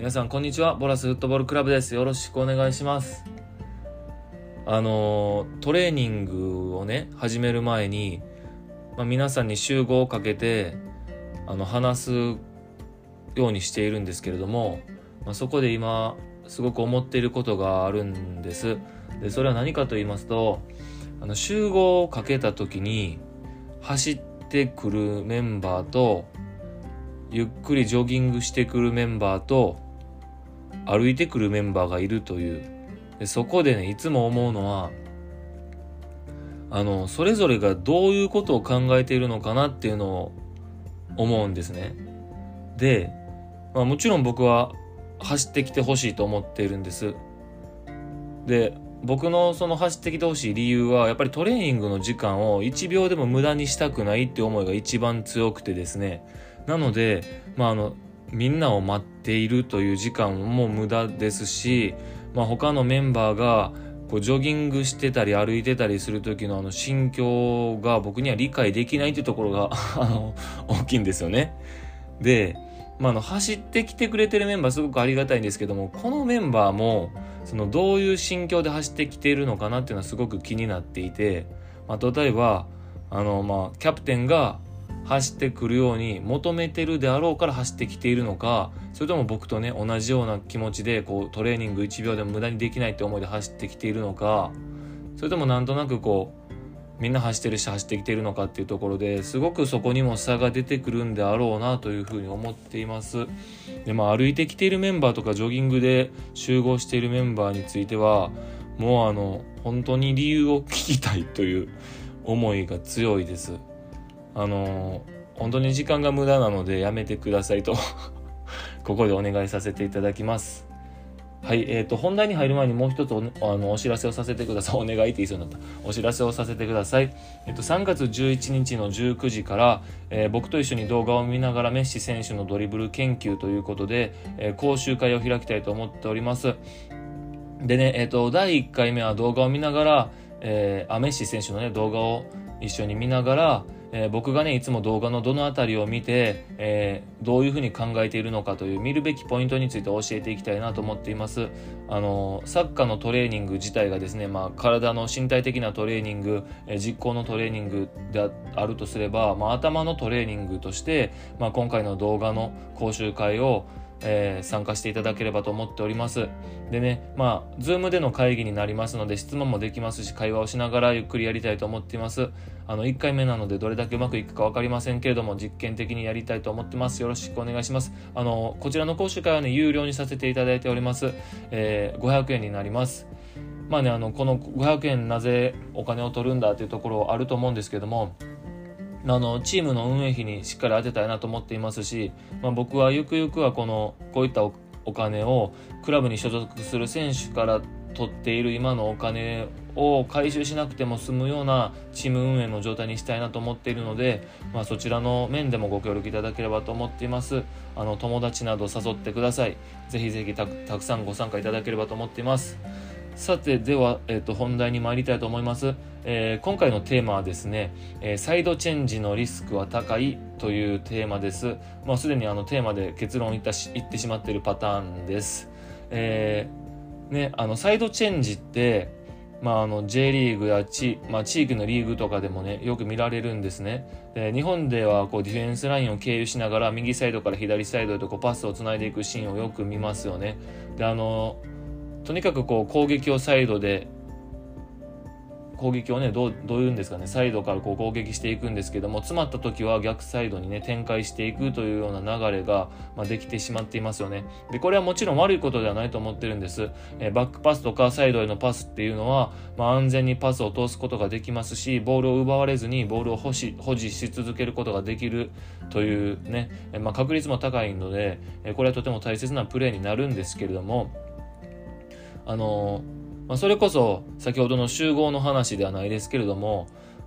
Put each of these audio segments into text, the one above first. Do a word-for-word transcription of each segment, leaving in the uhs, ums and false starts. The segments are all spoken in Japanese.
皆さんこんにちは。ボラスフットボールクラブです。よろしくお願いします。あのトレーニングをね始める前に、まあ、皆さんに集合をかけてあの話すようにしているんですけれども、まあ、そこで今すごく思っていることがあるんです。でそれは何かと言いますと、あの集合をかけた時に走ってくるメンバーとゆっくりジョギングしてくるメンバーと歩いてくるメンバーがいるという。でそこでねいつも思うのはあのそれぞれがどういうことを考えているのかなっていうのを思うんですね。で、まあ、もちろん僕は走ってきてほしいと思っているんです。で僕のその走ってきてほしい理由はやっぱりトレーニングの時間をいちびょうでも無駄にしたくないっていう思いが一番強くてですね。なので、まあ、あのみんなを待っているという時間も無駄ですし、まあ、他のメンバーがこうジョギングしてたり歩いてたりする時のあの心境が僕には理解できないというところがあの大きいんですよね。で、まあ、あの走ってきてくれてるメンバーすごくありがたいんですけども、このメンバーもそのどういう心境で走ってきているのかなっていうのはすごく気になっていて、まあ、例えばあの、まあ、キャプテンが走ってくるように求めてるであろうから走ってきているのか、それとも僕とね同じような気持ちでこうトレーニングいちびょうでも無駄にできないって思いで走ってきているのか、それともなんとなくこうみんな走ってるし走ってきているのかっていうところですごくそこにも差が出てくるんであろうなというふうに思っています。で、まあ、歩いてきているメンバーとかジョギングで集合しているメンバーについてはもうあの本当に理由を聞きたいという思いが強いです。あの本当に時間が無駄なのでやめてくださいとここでお願いさせていただきます。はい、えーと本題に入る前にもう一つ お, あのお知らせをさせてください。お願いって言いそうになった。お知らせをさせてください。えっとさんがつじゅういちにちのじゅうくじから、えー、僕と一緒に動画を見ながらメッシ選手のドリブル研究ということで、えー、講習会を開きたいと思っております。でね、えーとだいいっかいめは動画を見ながら、えー、あメッシ選手のね動画を一緒に見ながら、えー、僕がねいつも動画のどのあたりを見て、えー、どういうふうに考えているのかという見るべきポイントについて教えていきたいなと思っています。あのサッカーのトレーニング自体がですね、まあ、体の身体的なトレーニング、えー、実行のトレーニングであるとすれば、まあ、頭のトレーニングとして、まあ、今回の動画の講習会をえー、参加していただければと思っております。でね、まあ Zoom での会議になりますので質問もできますし、会話をしながらゆっくりやりたいと思っています。あのいっかいめなのでどれだけうまくいくか分かりませんけれども、実験的にやりたいと思ってます。よろしくお願いします。あのこちらの講習会はね有料にさせていただいております。えー、ごひゃくえんになります。まあね、あのこのごひゃくえんなぜお金を取るんだというところあると思うんですけども、あのチームの運営費にしっかり当てたいなと思っていますし、まあ、僕はゆくゆくはこのこういった お, お金をクラブに所属する選手から取っている今のお金を回収しなくても済むようなチーム運営の状態にしたいなと思っているので、まあ、そちらの面でもご協力いただければと思っています。あの友達など誘ってください。ぜひぜひ た, たくさんご参加いただければと思っています。さてでは、えー、と本題に参りたいと思います。えー、今回のテーマはですね、えー、サイドチェンジのリスクは高いというテーマです。もうすでにあのテーマで結論を言ったし言ってしまっているパターンです。えーね、あのサイドチェンジって、まあ、あの J リーグや地、まあ、地域のリーグとかでもねよく見られるんですね。で日本ではこうディフェンスラインを経由しながら右サイドから左サイドへとこうパスをつないでいくシーンをよく見ますよね。であのとにかくこう攻撃をサイドで攻撃をねどう、どういうんですかね、サイドからこう攻撃していくんですけども、詰まった時は逆サイドにね展開していくというような流れが、まあ、できてしまっていますよね。でこれはもちろん悪いことではないと思ってるんです。えー、バックパスとかサイドへのパスっていうのは、まあ、安全にパスを通すことができますし、ボールを奪われずにボールを保持、保持し続けることができるというね、えーまあ、確率も高いので、えー、これはとても大切なプレーになるんですけれども、あのーまあ、それこそ先ほどの集合の話ではないですけれども、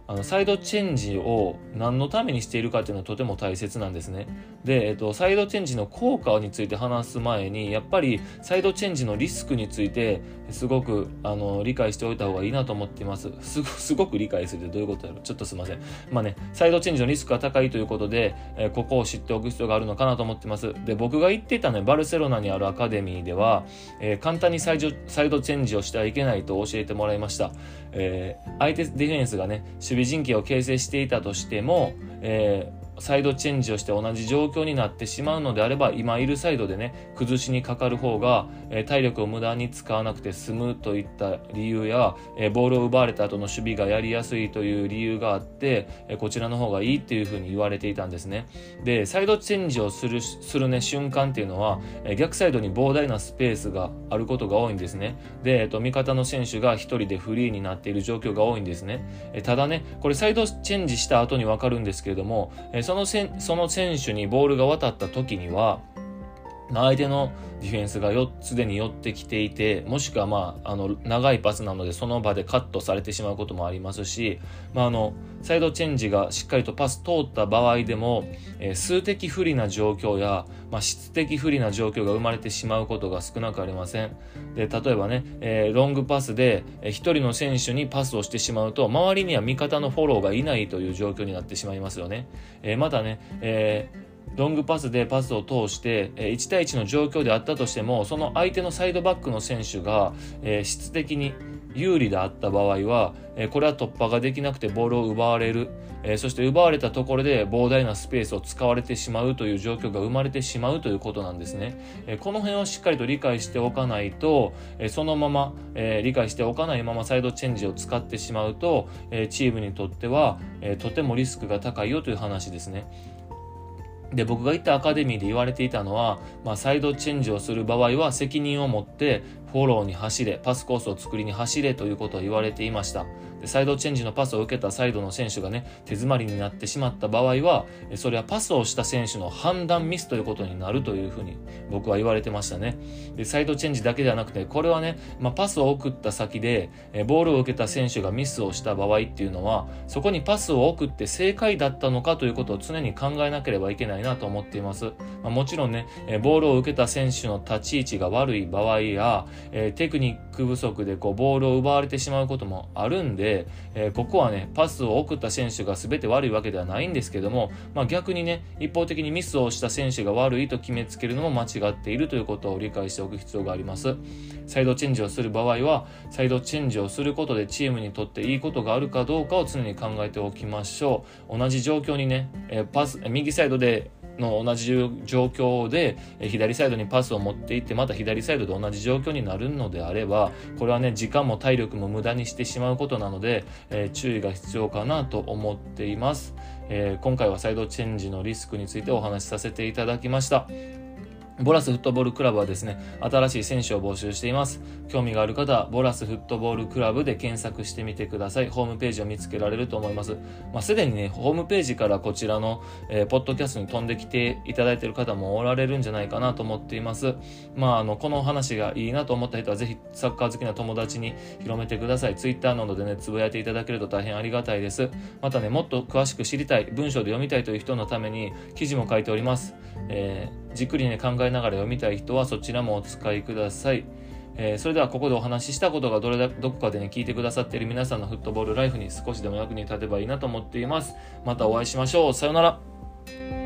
あのサイドチェンジを何のためにしているかっていうのはとても大切なんですね。で、えっと、サイドチェンジの効果について話す前に、やっぱりサイドチェンジのリスクについてすごくあの理解しておいた方がいいなと思っています。すご、すごく理解するってどういうことやろう、ちょっとすいません。まあね、サイドチェンジのリスクが高いということで、えー、ここを知っておく必要があるのかなと思っています。で、僕が行っていたね、バルセロナにあるアカデミーでは、えー、簡単にサイド、サイドチェンジをしてはいけないと教えてもらいました。えー、相手ディフェンスがね、守備陣形を形成していたとしても、えーサイドチェンジをして同じ状況になってしまうのであれば、今いるサイドでね崩しにかかる方が、えー、体力を無駄に使わなくて済むといった理由や、えー、ボールを奪われた後の守備がやりやすいという理由があって、えー、こちらの方がいいっていうふうに言われていたんですね。で、サイドチェンジをするするね瞬間っていうのは、えー、逆サイドに膨大なスペースがあることが多いんですね。で、えー、と味方の選手が一人でフリーになっている状況が多いんですね。えー、ただね、これサイドチェンジした後に分かるんですけれども、えーそのせんその選手にボールが渡った時には、相手のディフェンスがよすでに寄ってきていて、もしくは、まあ、あの長いパスなのでその場でカットされてしまうこともありますし、まあ、あのサイドチェンジがしっかりとパス通った場合でも、えー、数的不利な状況や、まあ、質的不利な状況が生まれてしまうことが少なくありません。で、例えばね、えー、ロングパスで一人の選手にパスをしてしまうと、周りには味方のフォローがいないという状況になってしまいますよね。えー、またね、えーロングパスでパスを通していち対いちの状況であったとしても、その相手のサイドバックの選手が質的に有利であった場合は、これは突破ができなくてボールを奪われる、そして奪われたところで膨大なスペースを使われてしまうという状況が生まれてしまうということなんですね。この辺をしっかりと理解しておかないと、そのまま理解しておかないままサイドチェンジを使ってしまうと、チームにとってはとてもリスクが高いよという話ですね。で、僕が行ったアカデミーで言われていたのは、まあ、サイドチェンジをする場合は責任を持ってフォローに走れ、パスコースを作りに走れということを言われていました。で、サイドチェンジのパスを受けたサイドの選手がね、手詰まりになってしまった場合は、それはパスをした選手の判断ミスということになるというふうに僕は言われてましたね。で、サイドチェンジだけではなくて、これはね、まあ、パスを送った先でボールを受けた選手がミスをした場合っていうのは、そこにパスを送って正解だったのかということを常に考えなければいけないなと思っています。まあ、もちろんね、ボールを受けた選手の立ち位置が悪い場合や、えー、テクニック不足でこうボールを奪われてしまうこともあるんで、えー、ここはね、パスを送った選手が全て悪いわけではないんですけども、まあ、逆にね、一方的にミスをした選手が悪いと決めつけるのも間違っているということを理解しておく必要があります。サイドチェンジをする場合は、サイドチェンジをすることでチームにとっていいことがあるかどうかを常に考えておきましょう。同じ状況にね、えー、パス右サイドでの同じ状況で左サイドにパスを持っていって、また左サイドで同じ状況になるのであれば、これはね、時間も体力も無駄にしてしまうことなので、えー、注意が必要かなと思っています。えー、今回はサイドチェンジのリスクについてお話しさせていただきました。ボラスフットボールクラブはですね、新しい選手を募集しています。興味がある方はボラスフットボールクラブで検索してみてください。ホームページを見つけられると思います。まあ、すでにね、ホームページからこちらの、えー、ポッドキャストに飛んできていただいている方もおられるんじゃないかなと思っています。まあ、あのこの話がいいなと思った人はぜひサッカー好きな友達に広めてください。ツイッターなどでね、つぶやいていただけると大変ありがたいです。またね、もっと詳しく知りたい、文章で読みたいという人のために記事も書いております。えー、じっくりね考えながら読みたい人はそちらもお使いください。えー、それではここでお話ししたことがどれだどこかでね聞いてくださっている皆さんのフットボールライフに少しでも役に立てばいいなと思っています。またお会いしましょう。さようなら。